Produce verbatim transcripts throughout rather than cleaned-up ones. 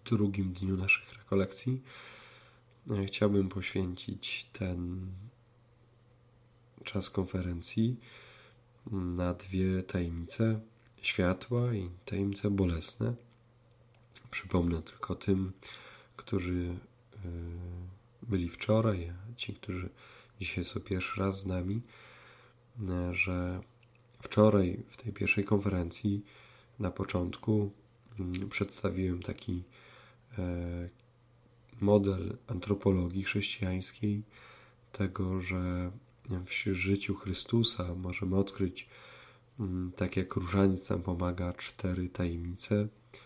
w drugim dniu naszych rekolekcji chciałbym poświęcić ten czas konferencji na dwie tajemnice światła i tajemnice bolesne. Przypomnę tylko tym, którzy byli wczoraj, a ci, którzy dzisiaj są pierwszy raz z nami, że wczoraj w tej pierwszej konferencji na początku przedstawiłem taki model antropologii chrześcijańskiej, tego, że w życiu Chrystusa możemy odkryć, tak jak różaniec nam pomaga, cztery tajemnice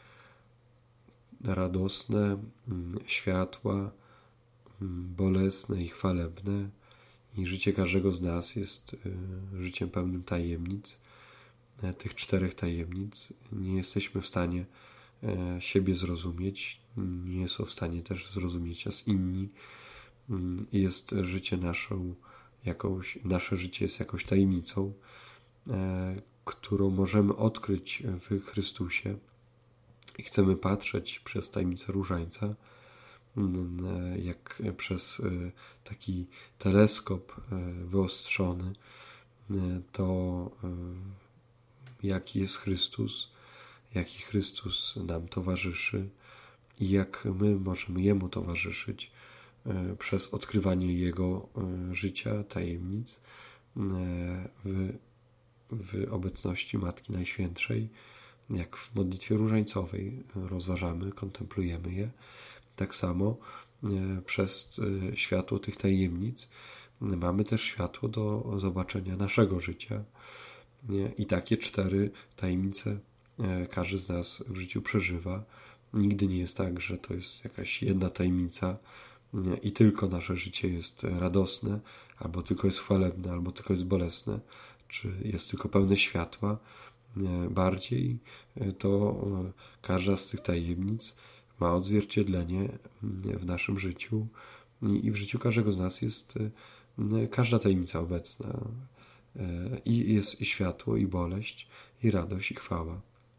radosne, światła, bolesne i chwalebne. I życie każdego z nas jest życiem pełnym tajemnic. Tych czterech tajemnic nie jesteśmy w stanie siebie zrozumieć, nie są w stanie też zrozumieć nas inni. Jest życie naszą jakąś, nasze życie jest jakąś tajemnicą, którą możemy odkryć w Chrystusie i chcemy patrzeć przez tajemnicę różańca, jak przez taki teleskop wyostrzony, to jaki jest Chrystus, jaki Chrystus nam towarzyszy i jak my możemy Jemu towarzyszyć przez odkrywanie Jego życia, tajemnic w, w obecności Matki Najświętszej, jak w modlitwie różańcowej rozważamy, kontemplujemy je. Tak samo przez światło tych tajemnic mamy też światło do zobaczenia naszego życia. I takie cztery tajemnice każdy z nas w życiu przeżywa. Nigdy nie jest tak, że to jest jakaś jedna tajemnica i tylko nasze życie jest radosne, albo tylko jest chwalebne, albo tylko jest bolesne, czy jest tylko pełne światła. Bardziej to każda z tych tajemnic ma odzwierciedlenie w naszym życiu i w życiu każdego z nas jest każda tajemnica obecna. I jest i światło, i boleść, i radość, i chwała.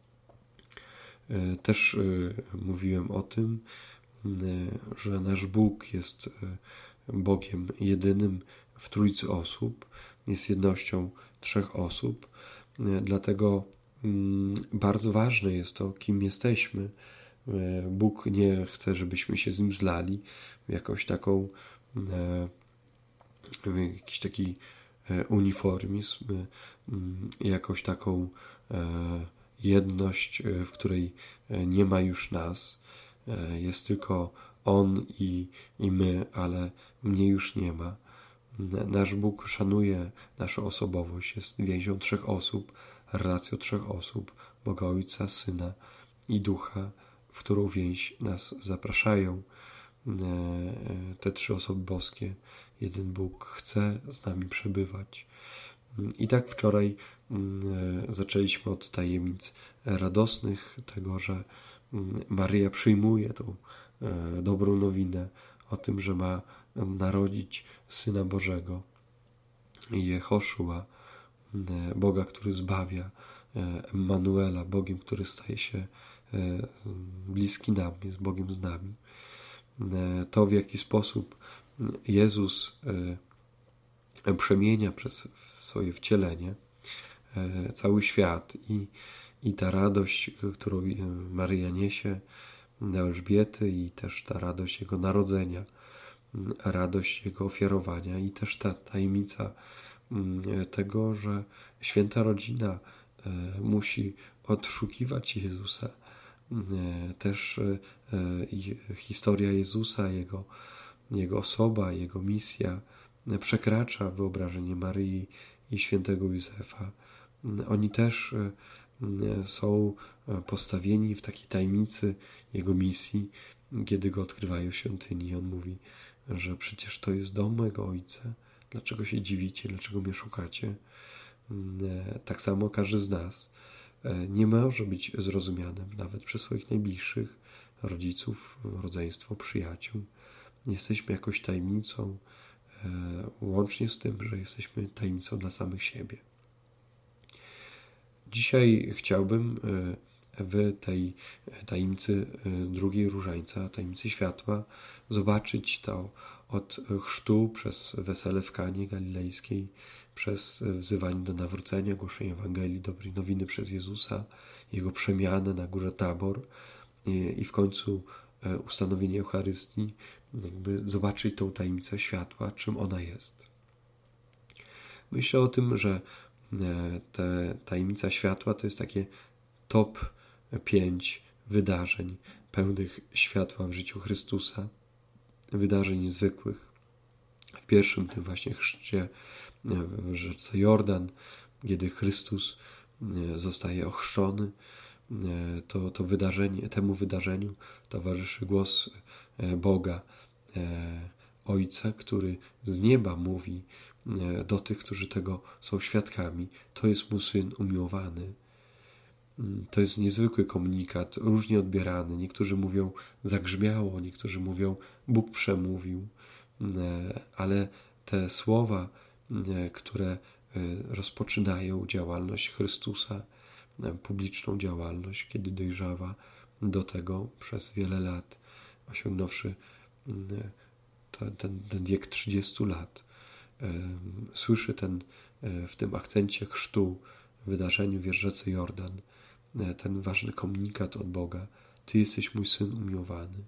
Też mówiłem o tym, że nasz Bóg jest Bogiem jedynym w trójcy osób, jest jednością trzech osób, dlatego bardzo ważne jest to, kim jesteśmy. Bóg nie chce, żebyśmy się z Nim zlali w jakąś taką, w jakiś taki uniformizm, jakąś taką jedność, w której nie ma już nas. Jest tylko On i, i my, ale mnie już nie ma. Nasz Bóg szanuje naszą osobowość, jest więzią trzech osób, relacją trzech osób, Boga Ojca, Syna i Ducha, w którą więź nas zapraszają. Te trzy osoby boskie, jeden Bóg chce z nami przebywać. I tak wczoraj zaczęliśmy od tajemnic radosnych, tego, że Maryja przyjmuje tą dobrą nowinę o tym, że ma narodzić Syna Bożego, Jehoszua, Boga, który zbawia, Emmanuela, Bogiem, który staje się bliski nam, jest Bogiem z nami. To, w jaki sposób Jezus przemienia przez swoje wcielenie cały świat i, i ta radość, którą Maryja niesie do Elżbiety i też ta radość Jego narodzenia, radość Jego ofiarowania i też ta tajemnica tego, że święta rodzina musi odszukiwać Jezusa. Też historia Jezusa, Jego, Jego osoba, Jego misja przekracza wyobrażenie Maryi i świętego Józefa. Oni też są postawieni w takiej tajemnicy Jego misji, kiedy Go odkrywają w świątyni. On mówi, że przecież to jest dom mojego Ojca. Dlaczego się dziwicie? Dlaczego mnie szukacie? Tak samo każdy z nas nie może być zrozumianym nawet przez swoich najbliższych, rodziców, rodzeństwo, przyjaciół. Jesteśmy jakąś tajemnicą, łącznie z tym, że jesteśmy tajemnicą dla samych siebie. Dzisiaj chciałbym w tej tajemnicy drugiej różańca, tajemnicy światła, zobaczyć to od chrztu przez wesele w Kanie Galilejskiej, przez wzywanie do nawrócenia, głoszenie Ewangelii, dobrej nowiny przez Jezusa, Jego przemianę na górze Tabor i w końcu ustanowienie Eucharystii, jakby zobaczyć tą tajemnicę światła, czym ona jest. Myślę o tym, że te tajemnica światła to jest takie top pięć wydarzeń pełnych światła w życiu Chrystusa, wydarzeń niezwykłych. W pierwszym tym właśnie chrzcie w rzece Jordan, kiedy Chrystus zostaje ochrzczony, to, to wydarzenie, temu wydarzeniu towarzyszy głos Boga, Ojca, który z nieba mówi do tych, którzy tego są świadkami: to jest mój Syn umiłowany. To jest niezwykły komunikat, różnie odbierany. Niektórzy mówią zagrzmiało, niektórzy mówią Bóg przemówił, ale te słowa, które rozpoczynają działalność Chrystusa, publiczną działalność, kiedy dojrzewa do tego przez wiele lat, osiągnąwszy ten, ten wiek trzydziestu lat, słyszy ten w tym akcencie chrztu, wydarzeniu w rzece Jordan, ten ważny komunikat od Boga: Ty jesteś mój Syn umiłowany.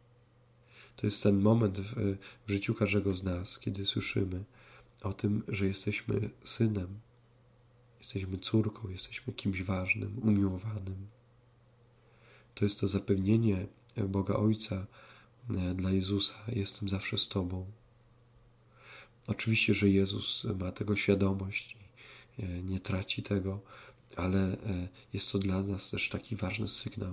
To jest ten moment w, w życiu każdego z nas, kiedy słyszymy o tym, że jesteśmy synem, jesteśmy córką, jesteśmy kimś ważnym, umiłowanym. To jest to zapewnienie Boga Ojca dla Jezusa: jestem zawsze z Tobą. Oczywiście, że Jezus ma tego świadomość i nie traci tego, ale jest to dla nas też taki ważny sygnał.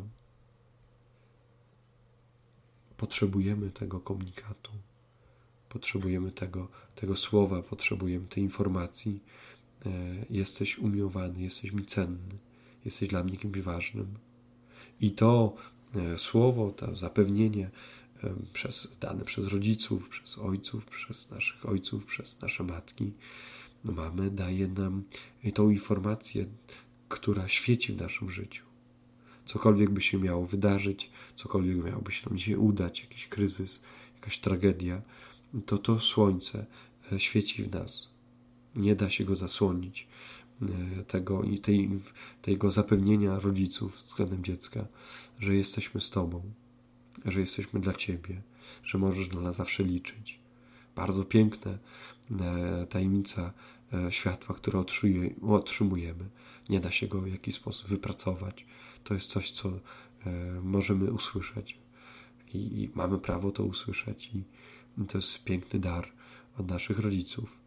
Potrzebujemy tego komunikatu, potrzebujemy tego, tego słowa, potrzebujemy tej informacji. Jesteś umiłowany, jesteś mi cenny, jesteś dla mnie kimś ważnym. I to słowo, to zapewnienie przez, dane przez rodziców, przez ojców, przez naszych ojców, przez nasze matki, no mamy, daje nam tą informację, która świeci w naszym życiu. Cokolwiek by się miało wydarzyć, cokolwiek miałoby się nam dzisiaj udać, jakiś kryzys, jakaś tragedia, to to słońce świeci w nas. Nie da się go zasłonić, tego i tej, tego zapewnienia rodziców względem dziecka, że jesteśmy z Tobą, że jesteśmy dla Ciebie, że możesz na nas zawsze liczyć. Bardzo piękna tajemnica światła, które otrzymujemy. Nie da się go w jakiś sposób wypracować. To jest coś, co możemy usłyszeć i, i mamy prawo to usłyszeć, i to jest piękny dar od naszych rodziców.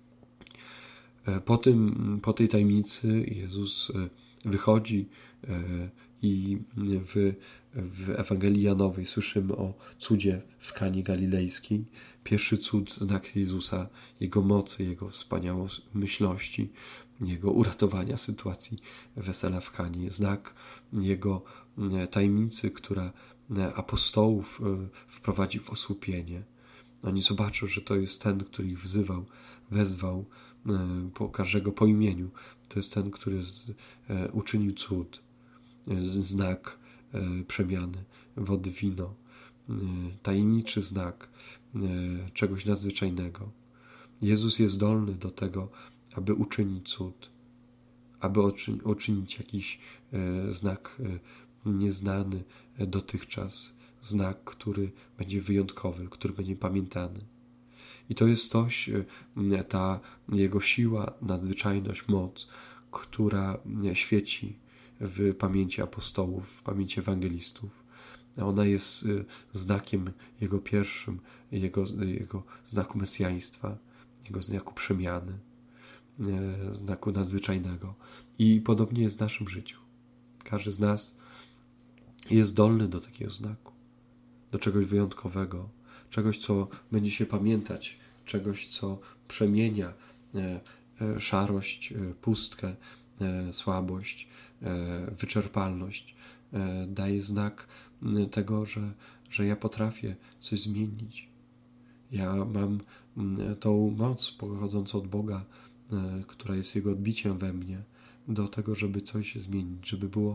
Po tym, po tej tajemnicy Jezus wychodzi i w, w Ewangelii Janowej słyszymy o cudzie w Kanie Galilejskiej. Pierwszy cud, znak Jezusa, Jego mocy, Jego wspaniałomyślności, Jego uratowania sytuacji wesela w Kanie. Znak Jego tajemnicy, która apostołów wprowadzi w osłupienie. Oni zobaczą, że to jest ten, który ich wzywał, wezwał po każdego po imieniu. To jest ten, który z, uczynił cud. Znak przemiany wody w wino. Tajemniczy znak czegoś nadzwyczajnego. Jezus jest zdolny do tego, aby uczynić cud, aby uczynić jakiś znak nieznany dotychczas, znak, który będzie wyjątkowy, który będzie pamiętany. I to jest coś, ta Jego siła, nadzwyczajność, moc, która świeci w pamięci apostołów, w pamięci ewangelistów. Ona jest znakiem Jego pierwszym, Jego, jego znaku mesjaństwa, Jego znaku przemiany, znaku nadzwyczajnego. I podobnie jest w naszym życiu. Każdy z nas jest zdolny do takiego znaku, do czegoś wyjątkowego, czegoś, co będzie się pamiętać, czegoś, co przemienia szarość, pustkę, słabość, wyczerpalność. Daje znak tego, że, że ja potrafię coś zmienić. Ja mam tą moc pochodzącą od Boga, która jest Jego odbiciem we mnie, do tego, żeby coś zmienić, żeby było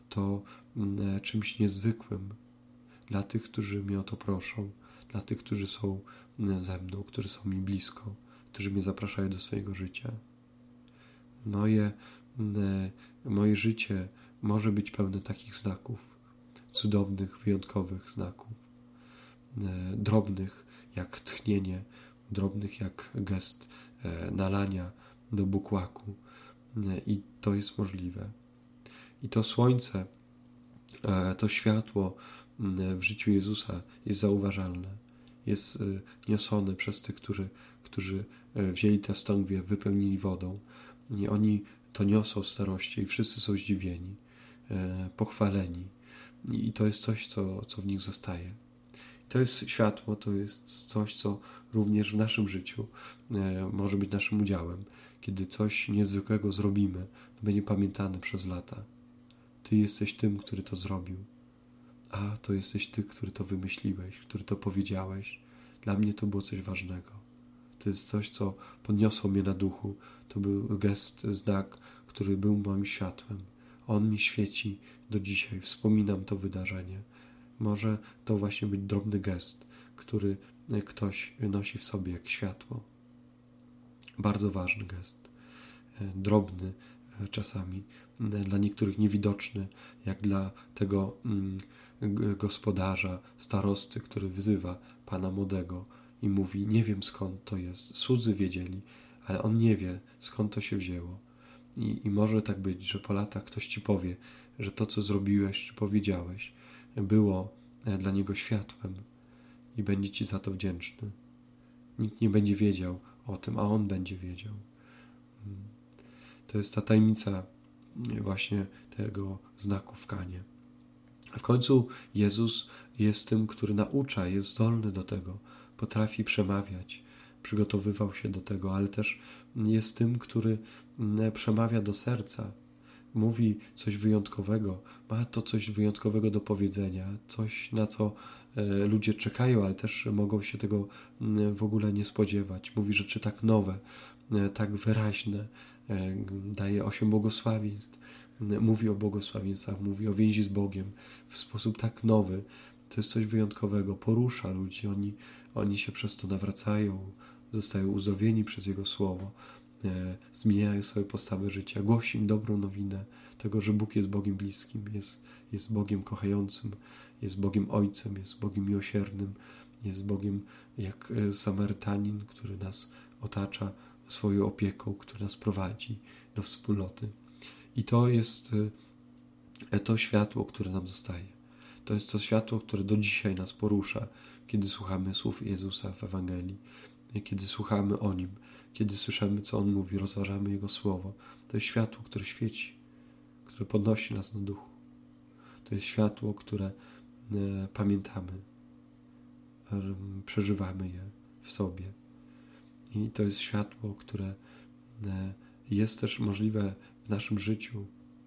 to czymś niezwykłym dla tych, którzy mnie o to proszą, dla tych, którzy są ze mną, którzy są mi blisko, którzy mnie zapraszają do swojego życia. Moje, moje życie może być pełne takich znaków, cudownych, wyjątkowych znaków, drobnych jak tchnienie, drobnych jak gest nalania do bukłaku. I to jest możliwe. I to słońce, to światło w życiu Jezusa jest zauważalne. Jest niosone przez tych, którzy, którzy wzięli tę stągwię, wypełnili wodą. I oni to niosą z starości i wszyscy są zdziwieni, pochwaleni. I to jest coś, co, co w nich zostaje. To jest światło, to jest coś, co również w naszym życiu może być naszym udziałem. Kiedy coś niezwykłego zrobimy, to będzie pamiętane przez lata. Ty jesteś tym, który to zrobił. A, to jesteś Ty, który to wymyśliłeś, który to powiedziałeś. Dla mnie to było coś ważnego. To jest coś, co podniosło mnie na duchu. To był gest, znak, który był moim światłem. On mi świeci do dzisiaj. Wspominam to wydarzenie. Może to właśnie być drobny gest, który ktoś nosi w sobie jak światło. Bardzo ważny gest. Drobny czasami, dla niektórych niewidoczny, jak dla tego gospodarza, starosty, który wzywa pana młodego i mówi: nie wiem skąd to jest. Słudzy wiedzieli, ale on nie wie, skąd to się wzięło. I, i może tak być, że po latach ktoś ci powie, że to, co zrobiłeś czy powiedziałeś, było dla niego światłem i będzie ci za to wdzięczny. Nikt nie będzie wiedział o tym, a on będzie wiedział. To jest ta tajemnica właśnie tego znaku w Kanie. W końcu Jezus jest tym, który naucza, jest zdolny do tego, potrafi przemawiać, przygotowywał się do tego, ale też jest tym, który przemawia do serca, mówi coś wyjątkowego, ma to coś wyjątkowego do powiedzenia, coś, na co ludzie czekają, ale też mogą się tego w ogóle nie spodziewać. Mówi rzeczy tak nowe, tak wyraźne, daje osiem błogosławieństw, mówi o błogosławieństwach, mówi o więzi z Bogiem w sposób tak nowy. To jest coś wyjątkowego, porusza ludzi, oni, oni się przez to nawracają, zostają uzdrowieni przez Jego Słowo, e, zmieniają swoje postawy życia, głosi im dobrą nowinę tego, że Bóg jest Bogiem bliskim, jest, jest Bogiem kochającym, jest Bogiem Ojcem, jest Bogiem miłosiernym, jest Bogiem jak Samarytanin, który nas otacza swoją opieką, który nas prowadzi do wspólnoty. I to jest to światło, które nam zostaje. To jest to światło, które do dzisiaj nas porusza, kiedy słuchamy słów Jezusa w Ewangelii, kiedy słuchamy o Nim, kiedy słyszymy, co On mówi, rozważamy Jego Słowo. To jest światło, które świeci, które podnosi nas na duchu. To jest światło, które e, pamiętamy, e, przeżywamy je w sobie. I to jest światło, które e, jest też możliwe w naszym życiu.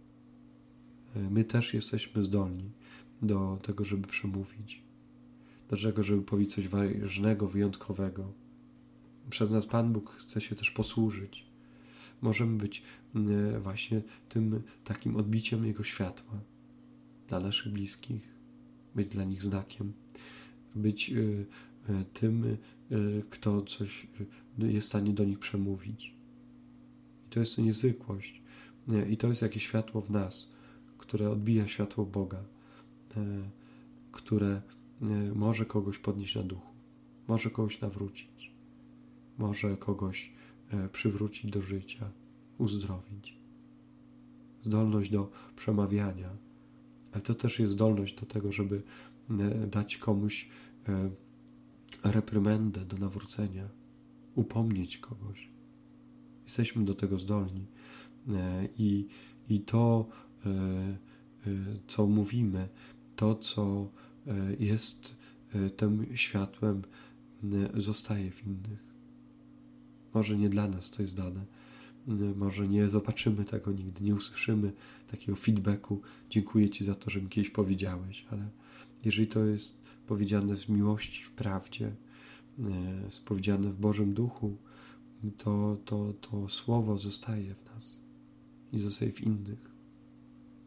E, my też jesteśmy zdolni do tego, żeby przemówić, do tego, żeby powiedzieć coś ważnego, wyjątkowego. Przez nas Pan Bóg chce się też posłużyć. Możemy być e, właśnie tym takim odbiciem Jego światła dla naszych bliskich, być dla nich znakiem, być e, e, tym, e, kto coś jest w stanie do nich przemówić. I to jest niezwykłość. E, I to jest jakieś światło w nas, które odbija światło Boga, e, które e, może kogoś podnieść na duchu, może kogoś nawrócić, może kogoś e, przywrócić do życia, uzdrowić. Zdolność do przemawiania, ale to też jest zdolność do tego, żeby e, dać komuś e, reprymendę do nawrócenia, upomnieć kogoś. Jesteśmy do tego zdolni. E, i, I to, e, e, co mówimy, to, co e, jest e, tym światłem, e, zostaje w innych. Może nie dla nas to jest dane. Może nie zobaczymy tego nigdy, nie usłyszymy takiego feedbacku. Dziękuję Ci za to, że mi kiedyś powiedziałeś, ale jeżeli to jest powiedziane z miłości, w prawdzie, jest powiedziane w Bożym Duchu, to, to, to słowo zostaje w nas i zostaje w innych.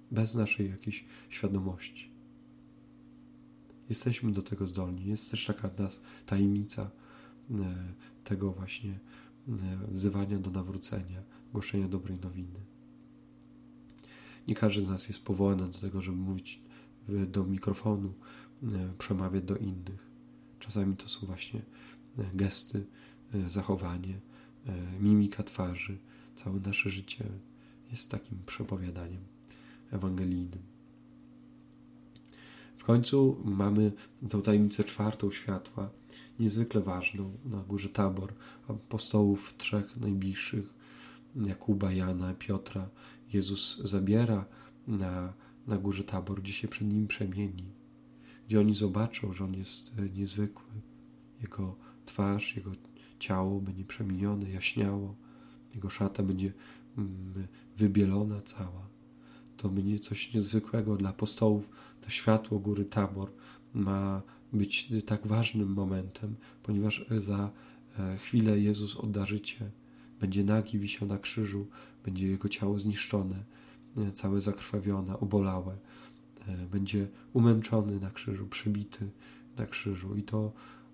bez naszej jakiejś świadomości. Jesteśmy do tego zdolni. Jest też taka w nas tajemnica tego właśnie wzywania do nawrócenia, głoszenia dobrej nowiny. Nie każdy z nas jest powołany do tego, żeby mówić do mikrofonu, przemawiać do innych. Czasami to są właśnie gesty, zachowanie, mimika twarzy. Całe nasze życie jest takim przepowiadaniem ewangelijnym. W końcu mamy tę tajemnicę czwartą światła, niezwykle ważną, na górze Tabor, apostołów trzech najbliższych, Jakuba, Jana, Piotra. Jezus zabiera na, na górze Tabor, gdzie się przed nim przemieni, gdzie oni zobaczą, że on jest niezwykły. Jego twarz, jego ciało będzie przemienione, jaśniało, jego szata będzie wybielona cała. To będzie coś niezwykłego dla apostołów. To światło góry Tabor ma być tak ważnym momentem, ponieważ za chwilę Jezus odda życie. Będzie nagi, wisiał na krzyżu, będzie jego ciało zniszczone, całe zakrwawione, obolałe. Będzie umęczony na krzyżu, przybity na krzyżu. I to,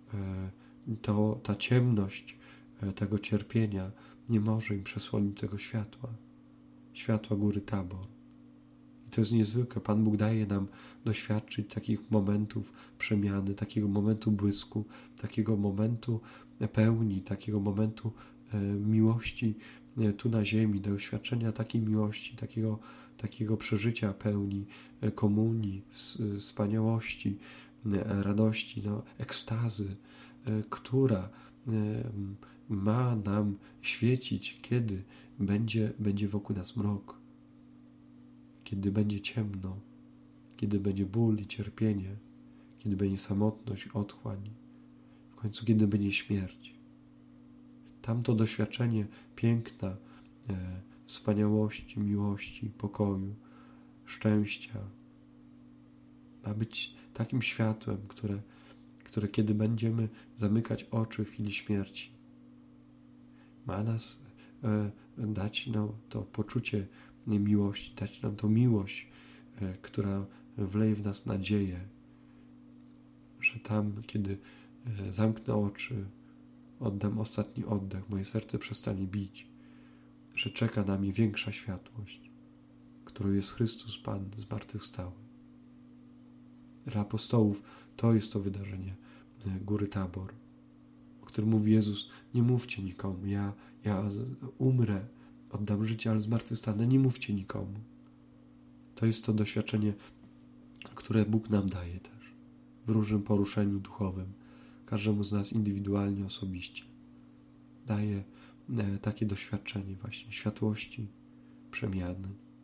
to ta ciemność tego cierpienia nie może im przesłonić tego światła. Światła góry Tabor. I to jest niezwykłe. Pan Bóg daje nam doświadczyć takich momentów przemiany, takiego momentu błysku, takiego momentu pełni, takiego momentu miłości tu na ziemi, doświadczenia takiej miłości, takiego, takiego przeżycia pełni, komunii, wspaniałości, radości, no, ekstazy, która ma nam świecić, kiedy będzie, będzie wokół nas mrok, kiedy będzie ciemno, kiedy będzie ból i cierpienie, kiedy będzie samotność, otchłań, w końcu kiedy będzie śmierć. Tamto doświadczenie piękna, e, wspaniałości, miłości, pokoju, szczęścia ma być takim światłem, które, które kiedy będziemy zamykać oczy w chwili śmierci, ma nas e, dać nam to poczucie miłości, dać nam tą miłość, e, która wleje w nas nadzieję, że tam, kiedy e, zamknę oczy, oddam ostatni oddech, moje serce przestanie bić, że czeka na mnie większa światłość, którą jest Chrystus Pan zmartwychwstały. Dla apostołów to jest to wydarzenie góry Tabor, o którym mówi Jezus: nie mówcie nikomu, ja, ja umrę, oddam życie, ale zmartwychwstanę, nie mówcie nikomu. To jest to doświadczenie, które Bóg nam daje też w różnym poruszeniu duchowym, każdemu z nas indywidualnie, osobiście. Daje takie doświadczenie właśnie światłości, przemiany,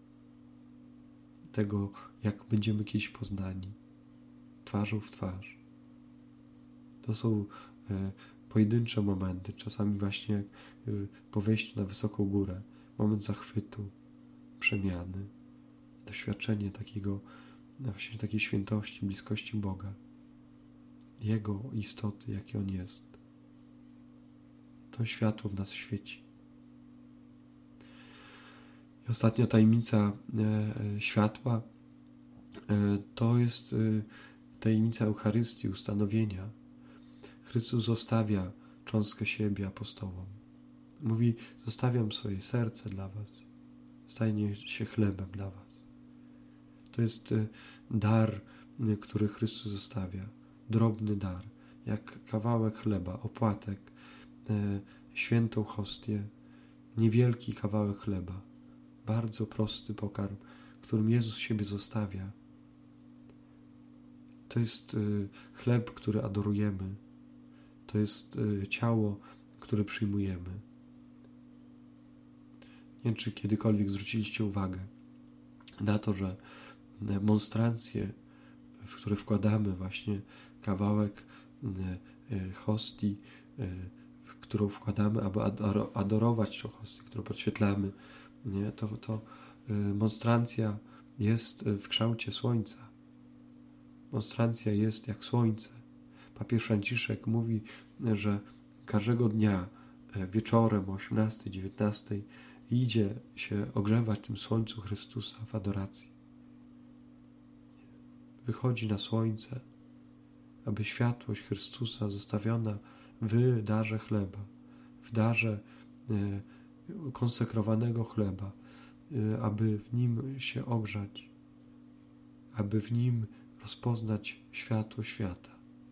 tego, jak będziemy kiedyś poznani, twarzą w twarz. To są pojedyncze momenty, czasami właśnie jak po wejściu na wysoką górę, moment zachwytu, przemiany, doświadczenie takiego, właśnie takiej świętości, bliskości Boga, Jego istoty, jaki On jest. To światło w nas świeci. I ostatnia tajemnica e, światła e, to jest e, tajemnica Eucharystii, ustanowienia. Chrystus zostawia cząstkę siebie apostołom. Mówi: zostawiam swoje serce dla was. Stanie się chlebem dla was. To jest e, dar, e, który Chrystus zostawia. Drobny dar, jak kawałek chleba, opłatek, e, świętą hostię, niewielki kawałek chleba. Bardzo prosty pokarm, którym Jezus siebie zostawia. To jest y, chleb, który adorujemy. To jest y, ciało, które przyjmujemy. Nie wiem, czy kiedykolwiek zwróciliście uwagę na to, że monstrancje, w które wkładamy właśnie kawałek y, y, hostii, y, w którą wkładamy, aby adorować tą hostię, którą podświetlamy, nie? To, to y, monstrancja jest w kształcie słońca. Monstrancja jest jak słońce. Papież Franciszek mówi, że każdego dnia wieczorem o osiemnastej, dziewiętnastej idzie się ogrzewać tym słońcu Chrystusa w adoracji. wychodzi na słońce, aby światłość Chrystusa zostawiona w darze chleba, w darze e, konsekrowanego chleba, e, aby w nim się ogrzać, aby w nim rozpoznać światło świata.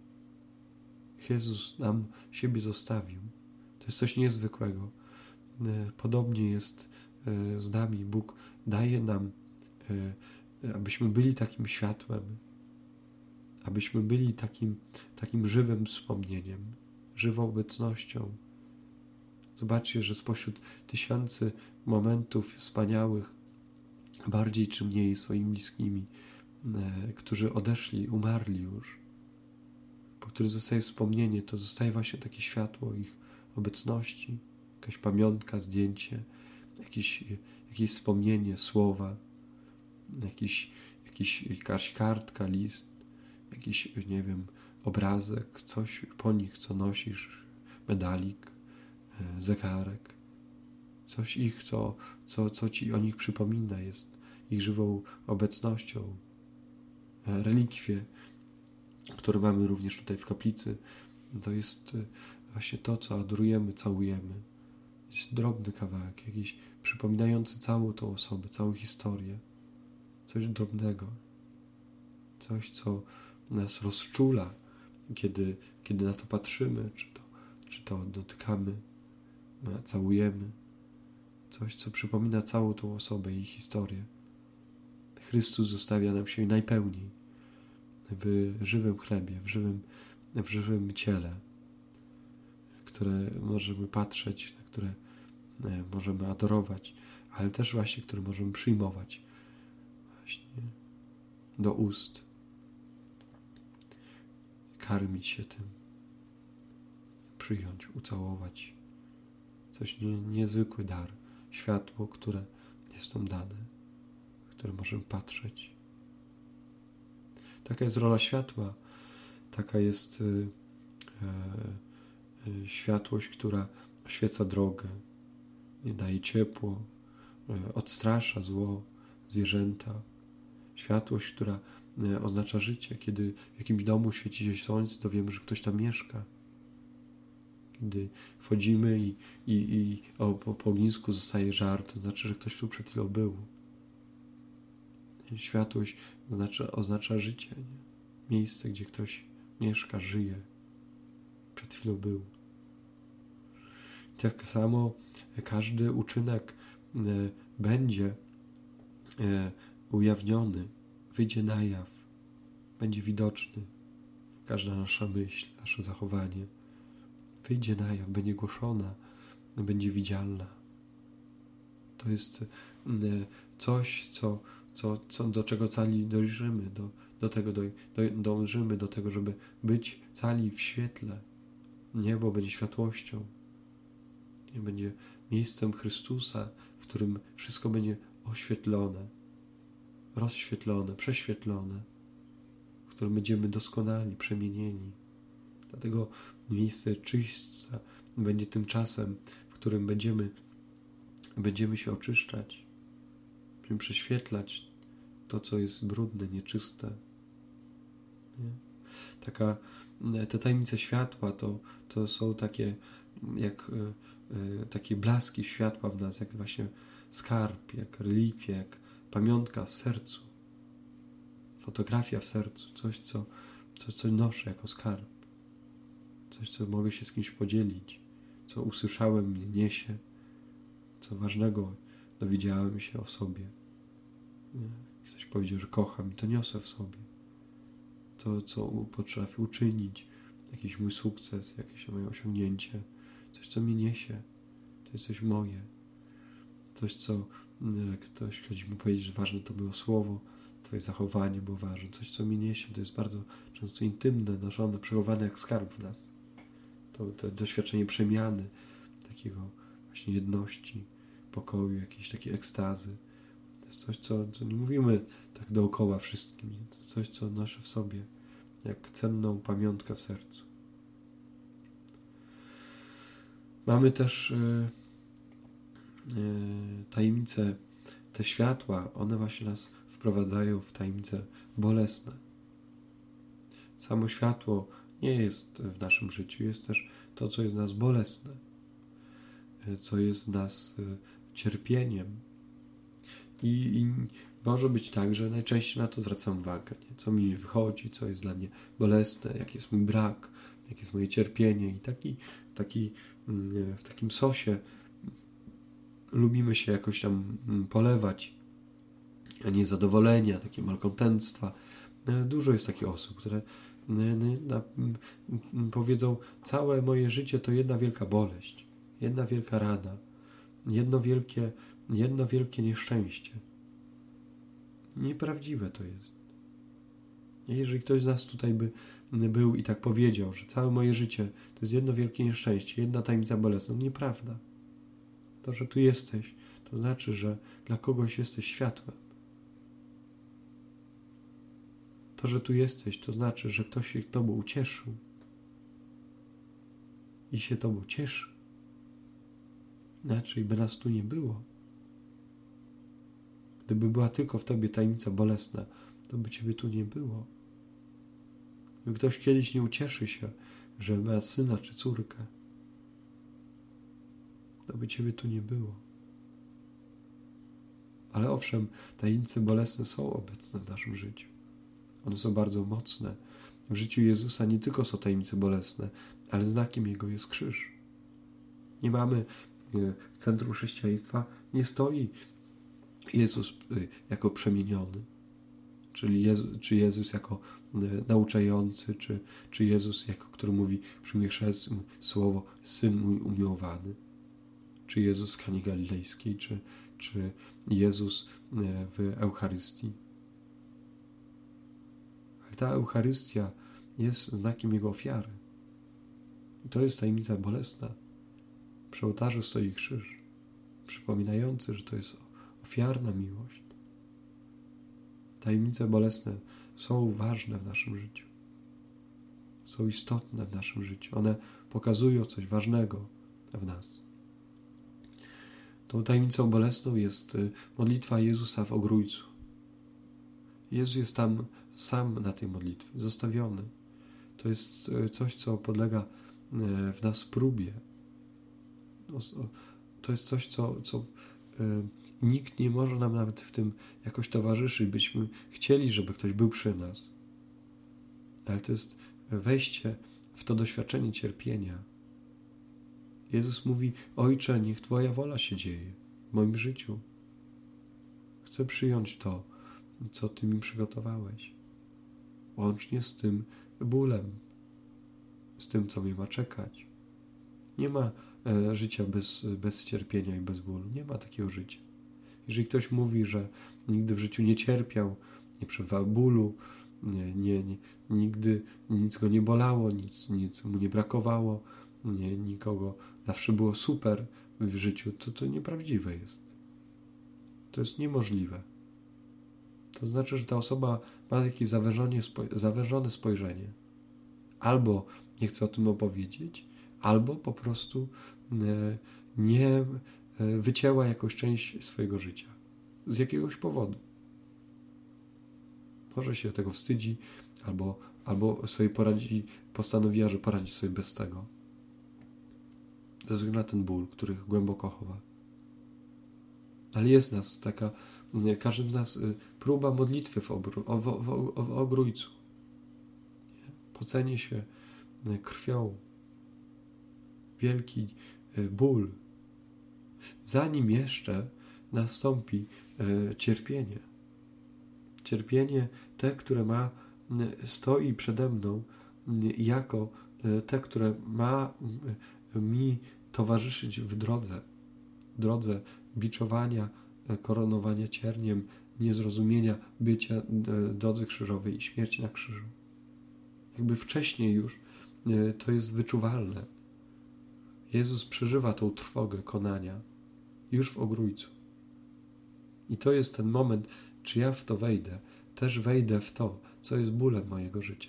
Jezus nam siebie zostawił. To jest coś niezwykłego. E, podobnie jest e, z nami. Bóg daje nam, e, abyśmy byli takim światłem, abyśmy byli takim, takim żywym wspomnieniem, żywą obecnością. Zobaczcie, że spośród tysięcy momentów wspaniałych, bardziej czy mniej swoimi bliskimi, e, którzy odeszli, umarli już, po których zostaje wspomnienie, to zostaje właśnie takie światło ich obecności, jakaś pamiątka, zdjęcie, jakieś, jakieś wspomnienie, słowa, jakiś, jakiś, jakaś kartka, list, jakiś, nie wiem, obrazek, coś po nich, co nosisz, medalik, zegarek, coś ich, co, co, co ci o nich przypomina, jest ich żywą obecnością. Relikwie, które mamy również tutaj w kaplicy, to jest właśnie to, co adorujemy, całujemy. Jest drobny kawałek, jakiś przypominający całą tą osobę, całą historię. Coś drobnego. Coś, co nas rozczula, kiedy, kiedy na to patrzymy, czy to, czy to dotykamy, całujemy. Coś, co przypomina całą tą osobę i historię. Chrystus zostawia nam się najpełniej w żywym chlebie, w żywym, w żywym ciele, które możemy patrzeć, na które możemy adorować, ale też właśnie, które możemy przyjmować właśnie do ust, karmić się tym, przyjąć, ucałować. Coś nie, niezwykły dar, światło, które jest nam dane, w które możemy patrzeć. Taka jest rola światła, taka jest y, y, światłość, która oświeca drogę, nie daje ciepło, y, odstrasza zło, zwierzęta. Światłość, która y, oznacza życie. Kiedy w jakimś domu świeci się słońce, to wiemy, że ktoś tam mieszka. Kiedy wchodzimy i, i, i o, po, po ognisku zostaje żar, to znaczy, że ktoś tu przed chwilą był. Światłość oznacza, oznacza życie, nie? Miejsce, gdzie ktoś mieszka, żyje. Przed chwilą był. I tak samo każdy uczynek y, będzie y, ujawniony, wyjdzie na jaw, będzie widoczny. Każda nasza myśl, nasze zachowanie wyjdzie na jaw, będzie głoszona, będzie widzialna. To jest y, coś, co, co, co, do czego cali dojrzymy, do, do tego doj, do, dążymy, do tego, żeby być cali w świetle. Niebo będzie światłością. Nie będzie miejscem Chrystusa, w którym wszystko będzie oświetlone, rozświetlone, prześwietlone, w którym będziemy doskonali, przemienieni. Dlatego miejsce czyśćca będzie tym czasem, w którym będziemy, będziemy się oczyszczać, będziemy prześwietlać to, co jest brudne, nieczyste. Nie? Taka, te tajemnice światła to, to są takie jak y, takie blaski światła w nas, jak właśnie skarb, jak relikwia, jak pamiątka w sercu, fotografia w sercu, coś, co, co, co noszę jako skarb, coś, co mogę się z kimś podzielić, co usłyszałem, mnie niesie, co ważnego dowiedziałem się o sobie. Nie? Ktoś powiedział, że kocham i to niosę w sobie. To, co potrafię uczynić, jakiś mój sukces, jakieś moje osiągnięcie, coś, co mnie niesie, to jest coś moje. Coś, co ktoś chodzi mi powiedzieć, że ważne to było słowo, twoje zachowanie było ważne. Coś, co mnie niesie, to jest bardzo często intymne, noszone, przechowane jak skarb w nas. To, to doświadczenie przemiany, takiego właśnie jedności, pokoju, jakiejś takiej ekstazy. To jest coś, co, co nie mówimy tak dookoła wszystkim. To jest coś, co noszę w sobie, jak cenną pamiątkę w sercu. Mamy też y, y, tajemnice, te światła, one właśnie nas wprowadzają w tajemnice bolesne. Samo światło nie jest w naszym życiu, jest też to, co jest w nas bolesne, co jest w nas cierpieniem. I, i może być tak, że najczęściej na to zwracam uwagę, nie? Co mi wychodzi, co jest dla mnie bolesne, jaki jest mój brak, jakie jest moje cierpienie. I taki, taki, w takim sosie lubimy się jakoś tam polewać, niezadowolenia, takie malkontentstwa. Dużo jest takich osób, które powiedzą, całe moje życie to jedna wielka boleść, jedna wielka rana, jedno wielkie, jedno wielkie nieszczęście. Nieprawdziwe to jest. Jeżeli ktoś z nas tutaj by był i tak powiedział, że całe moje życie to jest jedno wielkie nieszczęście, jedna tajemnica bolesna, to nieprawda. To, że tu jesteś, to znaczy, że dla kogoś jesteś światłem. To, że tu jesteś, to znaczy, że ktoś się Tobą ucieszył i się Tobą cieszy. Inaczej by nas tu nie było. Gdyby była tylko w Tobie tajemnica bolesna, to by Ciebie tu nie było. Gdyby ktoś kiedyś nie ucieszy się, że ma syna czy córkę, to by Ciebie tu nie było. Ale owszem, tajemnice bolesne są obecne w naszym życiu. One są bardzo mocne. W życiu Jezusa nie tylko są tajemnice bolesne, ale znakiem Jego jest krzyż. Nie mamy w centrum chrześcijaństwa, nie stoi Jezus jako przemieniony, czyli Jezus, czy Jezus jako nauczający, czy, czy Jezus, jako, który mówi, przyjmie chrzest, słowo, Syn mój umiłowany, czy Jezus w Kanie Galilejskiej, czy, czy Jezus w Eucharystii. Ale ta Eucharystia jest znakiem Jego ofiary. I to jest tajemnica bolesna. Przy ołtarzu stoi krzyż, przypominający, że to jest ofiarna miłość. Tajemnice bolesne są ważne w naszym życiu. Są istotne w naszym życiu. One pokazują coś ważnego w nas. Tą tajemnicą bolesną jest modlitwa Jezusa w Ogrójcu. Jezus jest tam sam na tej modlitwie, zostawiony. To jest coś, co podlega w nas próbie. To jest coś, co, co nikt nie może nam nawet w tym jakoś towarzyszyć. Byśmy chcieli, żeby ktoś był przy nas. Ale to jest wejście w to doświadczenie cierpienia. Jezus mówi, Ojcze, niech Twoja wola się dzieje w moim życiu. Chcę przyjąć to, co Ty mi przygotowałeś. Łącznie z tym bólem, z tym, co mnie ma czekać. Nie ma e, życia bez, bez cierpienia i bez bólu. Nie ma takiego życia. Jeżeli ktoś mówi, że nigdy w życiu nie cierpiał, nie przeżywał bólu, nie, nie, nie, nigdy nic go nie bolało, nic, nic mu nie brakowało, nie, nikogo zawsze było super w życiu, to to nieprawdziwe jest. To jest niemożliwe. To znaczy, że ta osoba ma jakieś zawężone spojrzenie. Albo nie chce o tym opowiedzieć, albo po prostu nie wycięła jakąś część swojego życia. Z jakiegoś powodu. Może się tego wstydzi, albo, albo sobie poradzi, postanowiła, że poradzi sobie bez tego. Ze względu na ten ból, który głęboko chowa. Ale jest nas taka, każdy z nas próba modlitwy w, obru, w, w, w, w Ogrójcu. Pocenie się krwią. Wielki ból. Zanim jeszcze nastąpi cierpienie. Cierpienie te, które ma, stoi przede mną jako te, które ma mi towarzyszyć w drodze. W drodze biczowania, koronowania cierniem, niezrozumienia, bycia drodze krzyżowej i śmierci na krzyżu. Jakby wcześniej już to jest wyczuwalne. Jezus przeżywa tą trwogę konania już w Ogrójcu. I to jest ten moment, czy ja w to wejdę, też wejdę w to, co jest bólem mojego życia.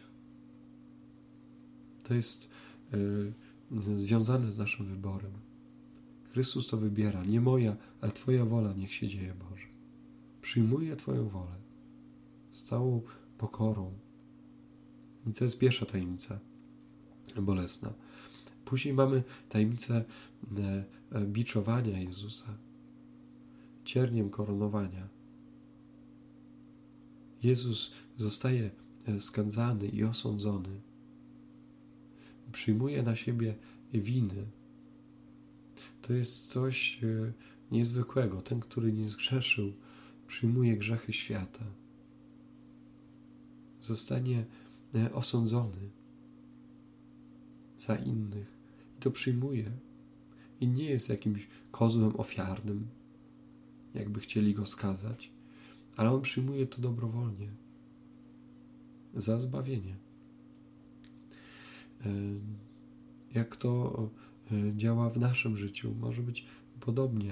To jest yy, związane z naszym wyborem. Chrystus to wybiera, nie moja, ale Twoja wola niech się dzieje, Boże. Przyjmuję Twoją wolę z całą pokorą. I to jest pierwsza tajemnica bolesna. Później mamy tajemnicę biczowania Jezusa, cierniem koronowania. Jezus zostaje skazany i osądzony. Przyjmuje na siebie winy. To jest coś niezwykłego. Ten, który nie zgrzeszył, przyjmuje grzechy świata. Zostanie osądzony za innych. I to przyjmuje. I nie jest jakimś kozłem ofiarnym, jakby chcieli go skazać, ale on przyjmuje to dobrowolnie. Za zbawienie. Jak to działa w naszym życiu? Może być podobnie.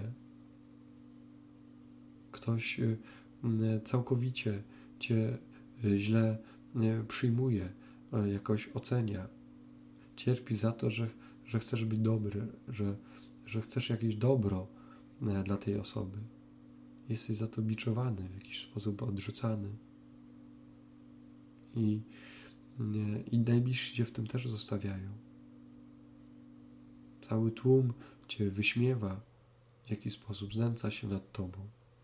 Ktoś całkowicie Cię źle przyjmuje, jakoś ocenia. Cierpi za to, że, że chcesz być dobry, że, że chcesz jakieś dobro dla tej osoby. Jesteś za to biczowany, w jakiś sposób odrzucany. I, i najbliżsi Cię w tym też zostawiają. Cały tłum Cię wyśmiewa, w jakiś sposób znęca się nad Tobą.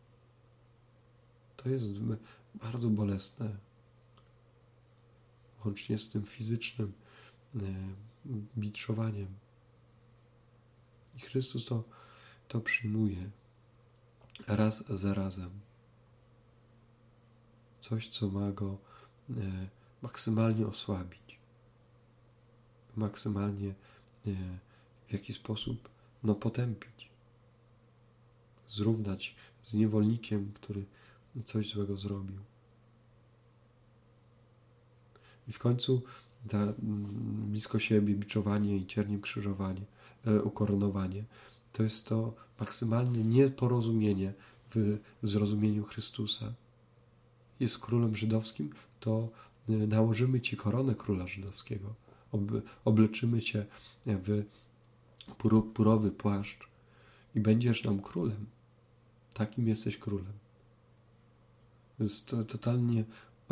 To jest bardzo bolesne. Łącznie z tym fizycznym biczowaniem. I Chrystus to, to przyjmuje raz za razem. Coś, co ma Go maksymalnie osłabić. Maksymalnie w jakiś sposób no, potępić. Zrównać z niewolnikiem, który coś złego zrobił. I w końcu ta blisko siebie biczowanie i cierniem krzyżowanie, e, ukoronowanie, to jest to maksymalne nieporozumienie w, w zrozumieniu Chrystusa. Jest królem żydowskim, to nałożymy Ci koronę króla żydowskiego. Ob, obleczymy Cię w purpurowy płaszcz i będziesz nam królem. Takim jesteś królem. To jest to totalnie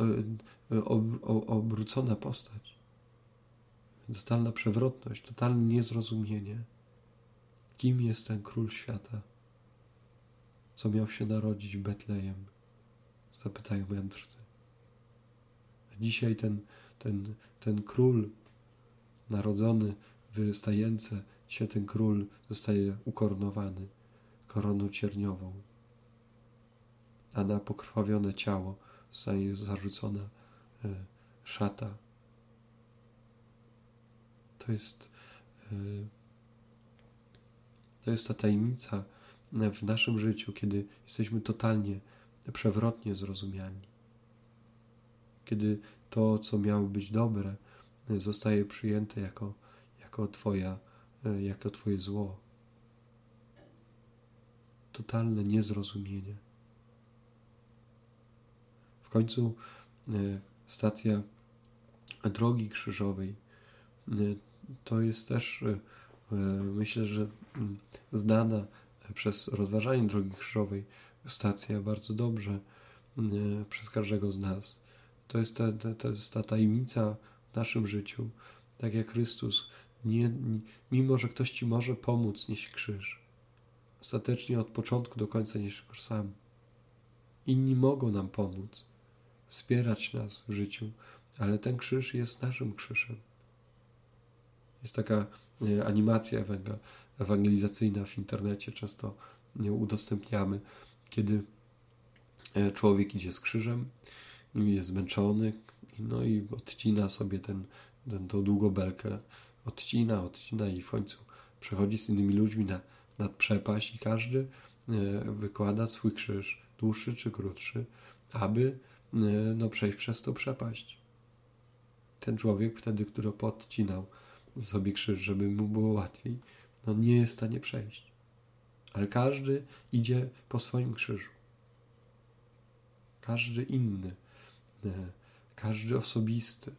obrócona postać. Totalna przewrotność, totalne niezrozumienie. Kim jest ten król świata? Co miał się narodzić w Betlejem? Zapytają mędrcy. A dzisiaj ten, ten, ten król narodzony w stajence, dzisiaj ten król zostaje ukoronowany koroną cierniową, a na pokrwawione ciało zostaje zarzucona szata. To jest, to jest ta tajemnica w naszym życiu, kiedy jesteśmy totalnie, przewrotnie zrozumiani. Kiedy to, co miało być dobre, zostaje przyjęte jako, jako, twoja, jako Twoje zło. Totalne niezrozumienie. W końcu stacja drogi krzyżowej to jest też, myślę, że znana przez rozważanie drogi krzyżowej stacja bardzo dobrze przez każdego z nas. To jest ta, ta, to jest ta tajemnica w naszym życiu. Tak jak Chrystus, nie, mimo że ktoś Ci może pomóc nieść krzyż, ostatecznie od początku do końca niesiesz go sam. Inni mogą nam pomóc, wspierać nas w życiu, ale ten krzyż jest naszym krzyżem. Jest taka animacja ewangelizacyjna w internecie, często udostępniamy, kiedy człowiek idzie z krzyżem i jest zmęczony, no i odcina sobie ten, ten, tą długobelkę, odcina, odcina i w końcu przechodzi z innymi ludźmi na, nad przepaść i każdy wykłada swój krzyż, dłuższy czy krótszy, aby no, przejść przez tą przepaść. Ten człowiek wtedy, który podcinał sobie krzyż, żeby mu było łatwiej, no nie jest w stanie przejść. Ale każdy idzie po swoim krzyżu. Każdy inny. Każdy osobisty.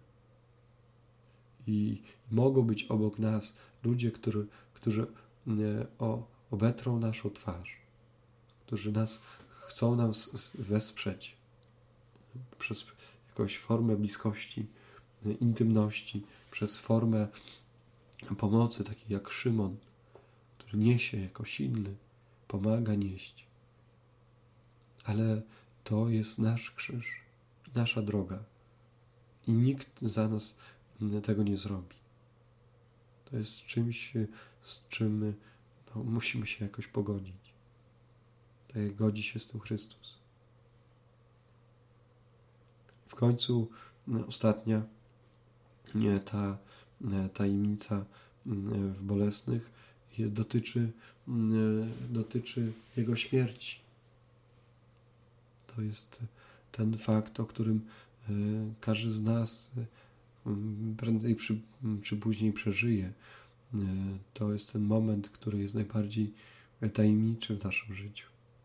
I mogą być obok nas ludzie, którzy, którzy obetrą naszą twarz. Którzy nas chcą nam wesprzeć przez jakąś formę bliskości intymności, przez formę pomocy, takiej jak Szymon, który niesie jako silny, pomaga nieść. Ale to jest nasz krzyż i nasza droga. I nikt za nas tego nie zrobi. To jest czymś, z czym no, musimy się jakoś pogodzić. Tak jak godzi się z tym Chrystus. W końcu no, ostatnia nie, ta nie, tajemnica w bolesnych dotyczy, dotyczy Jego śmierci. To jest ten fakt, o którym każdy z nas prędzej czy, czy później przeżyje. To jest ten moment, który jest najbardziej tajemniczy w naszym życiu.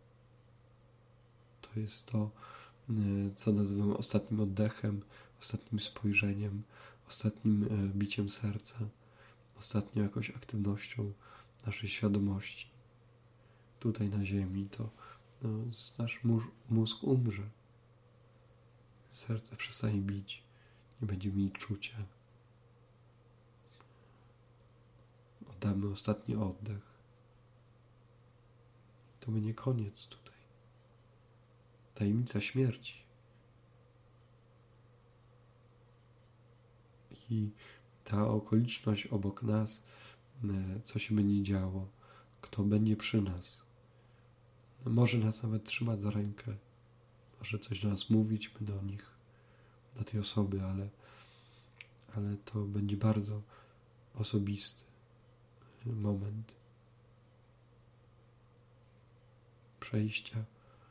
To jest to, co nazywam ostatnim oddechem, ostatnim spojrzeniem, ostatnim biciem serca, ostatnią jakąś aktywnością naszej świadomości. Tutaj na ziemi to no, nasz mózg umrze. Serce przestanie bić, nie będziemy mieli czucia. Oddamy ostatni oddech. To będzie koniec tutaj. Tajemnica śmierci. I ta okoliczność obok nas, co się będzie działo, kto będzie przy nas. Może nas nawet trzymać za rękę, może coś do nas mówić, my do nich, do tej osoby, ale, ale to będzie bardzo osobisty moment przejścia,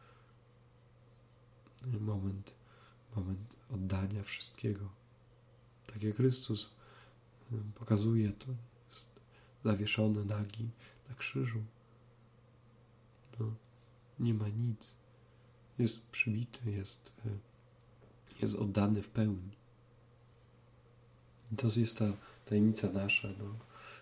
moment, moment oddania wszystkiego. Tak jak Chrystus pokazuje, to jest zawieszony, nagi na krzyżu. No, nie ma nic. Jest przybity, jest, jest oddany w pełni. I to jest ta tajemnica nasza. No.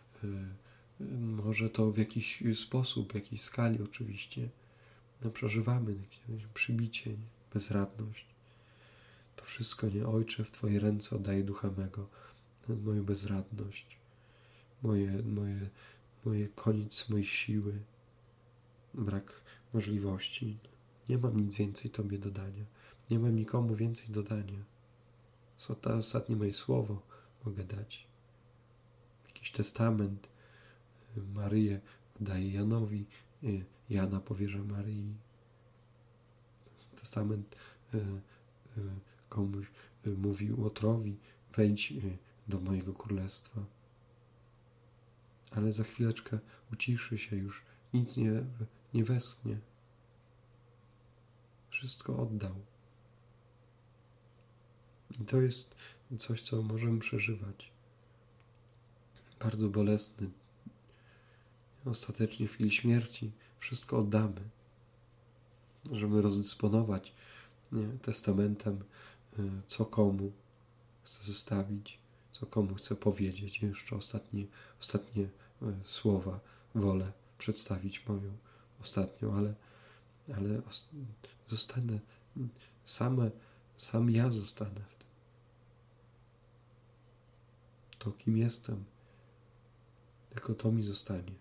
Może to w jakiś sposób, w jakiejś skali oczywiście no, przeżywamy przybicie, nie? Bezradność. To wszystko, nie Ojcze, w Twoje ręce oddaję ducha mego, moją bezradność, moje, moje, moje koniec mojej siły, brak możliwości. Nie mam nic więcej Tobie dodania. Nie mam nikomu więcej dodania. To ostatnie moje słowo mogę dać. Jakiś testament. Maryję oddaję Janowi, Jana powierza Maryi. Testament komuś mówi Łotrowi, wejdź do mojego królestwa. Ale za chwileczkę uciszy się już, nic nie, nie westchnie. Wszystko oddał. I to jest coś, co możemy przeżywać. Bardzo bolesny. Ostatecznie w chwili śmierci wszystko oddamy. Możemy rozdysponować nie, testamentem, co komu chcę zostawić, co komu chcę powiedzieć. Jeszcze ostatnie, ostatnie słowa, wolę przedstawić moją ostatnią, ale, ale zostanę same, sam ja zostanę w tym. To, kim jestem, tylko to mi zostanie.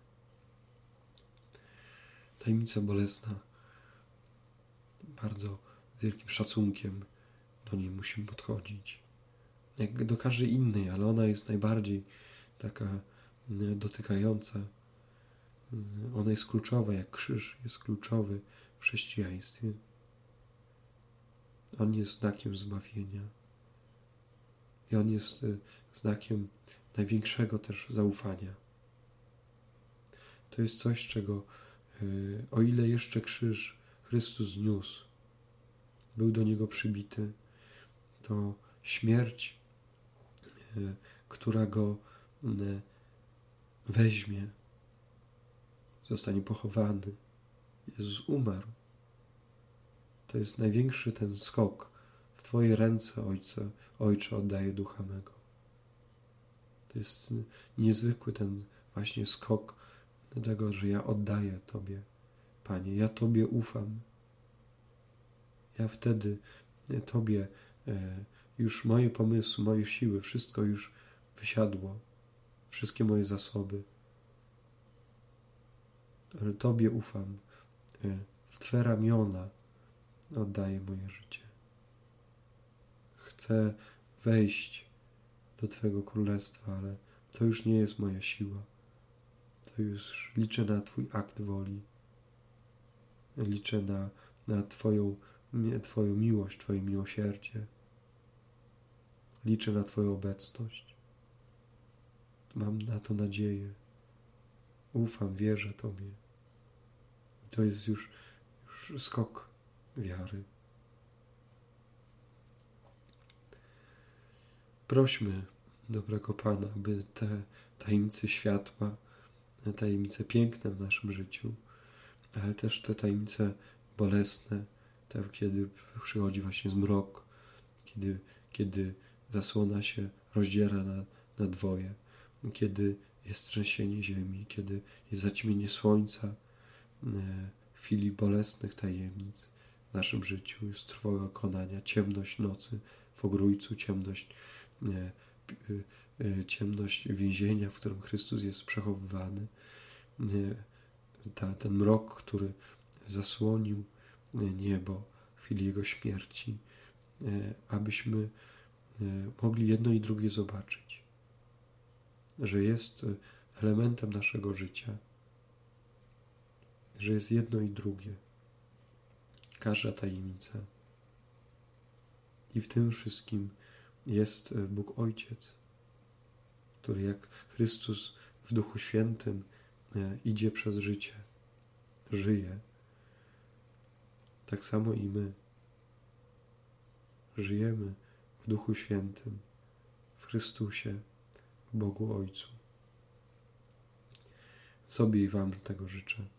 Tajemnica bolesna, bardzo z wielkim szacunkiem do niej musimy podchodzić. Jak do każdej innej, ale ona jest najbardziej taka dotykająca. Ona jest kluczowa, jak krzyż jest kluczowy w chrześcijaństwie. On jest znakiem zbawienia. I on jest znakiem największego też zaufania. To jest coś, czego o ile jeszcze krzyż Chrystus zniósł, był do niego przybity, to śmierć, która go weźmie, zostanie pochowany. Jezus umarł. To jest największy ten skok. W Twoje ręce, Ojcze, Ojcze, oddaję ducha mego. To jest niezwykły ten właśnie skok do tego, że ja oddaję Tobie, Panie. Ja Tobie ufam. Ja wtedy Tobie już moje pomysły, moje siły, wszystko już wysiadło, wszystkie moje zasoby. Ale Tobie ufam, w Twe ramiona oddaję moje życie. Chcę wejść do Twojego Królestwa, ale to już nie jest moja siła. To już liczę na Twój akt woli. Liczę na, na Twoją, Twoją miłość, Twoje miłosierdzie. Liczę na Twoją obecność. Mam na to nadzieję. Ufam, wierzę Tobie. To jest już, już skok wiary. Prośmy dobrego Pana, aby te tajemnice światła, te tajemnice piękne w naszym życiu, ale też te tajemnice bolesne, te, kiedy przychodzi właśnie zmrok, kiedy, kiedy zasłona się rozdziera na, na dwoje, kiedy jest trzęsienie ziemi, kiedy jest zaćmienie słońca, w chwili bolesnych tajemnic w naszym życiu, jest trwoga konania, ciemność nocy w ogrójcu, ciemność, nie, ciemność więzienia, w którym Chrystus jest przechowywany, nie, ta, ten mrok, który zasłonił niebo w chwili Jego śmierci, abyśmy mogli jedno i drugie zobaczyć, że jest elementem naszego życia, że jest jedno i drugie, każda tajemnica. I w tym wszystkim jest Bóg Ojciec, który jak Chrystus w Duchu Świętym idzie przez życie, żyje. Tak samo i my żyjemy w Duchu Świętym, w Chrystusie, w Bogu Ojcu. Sobie i Wam tego życzę.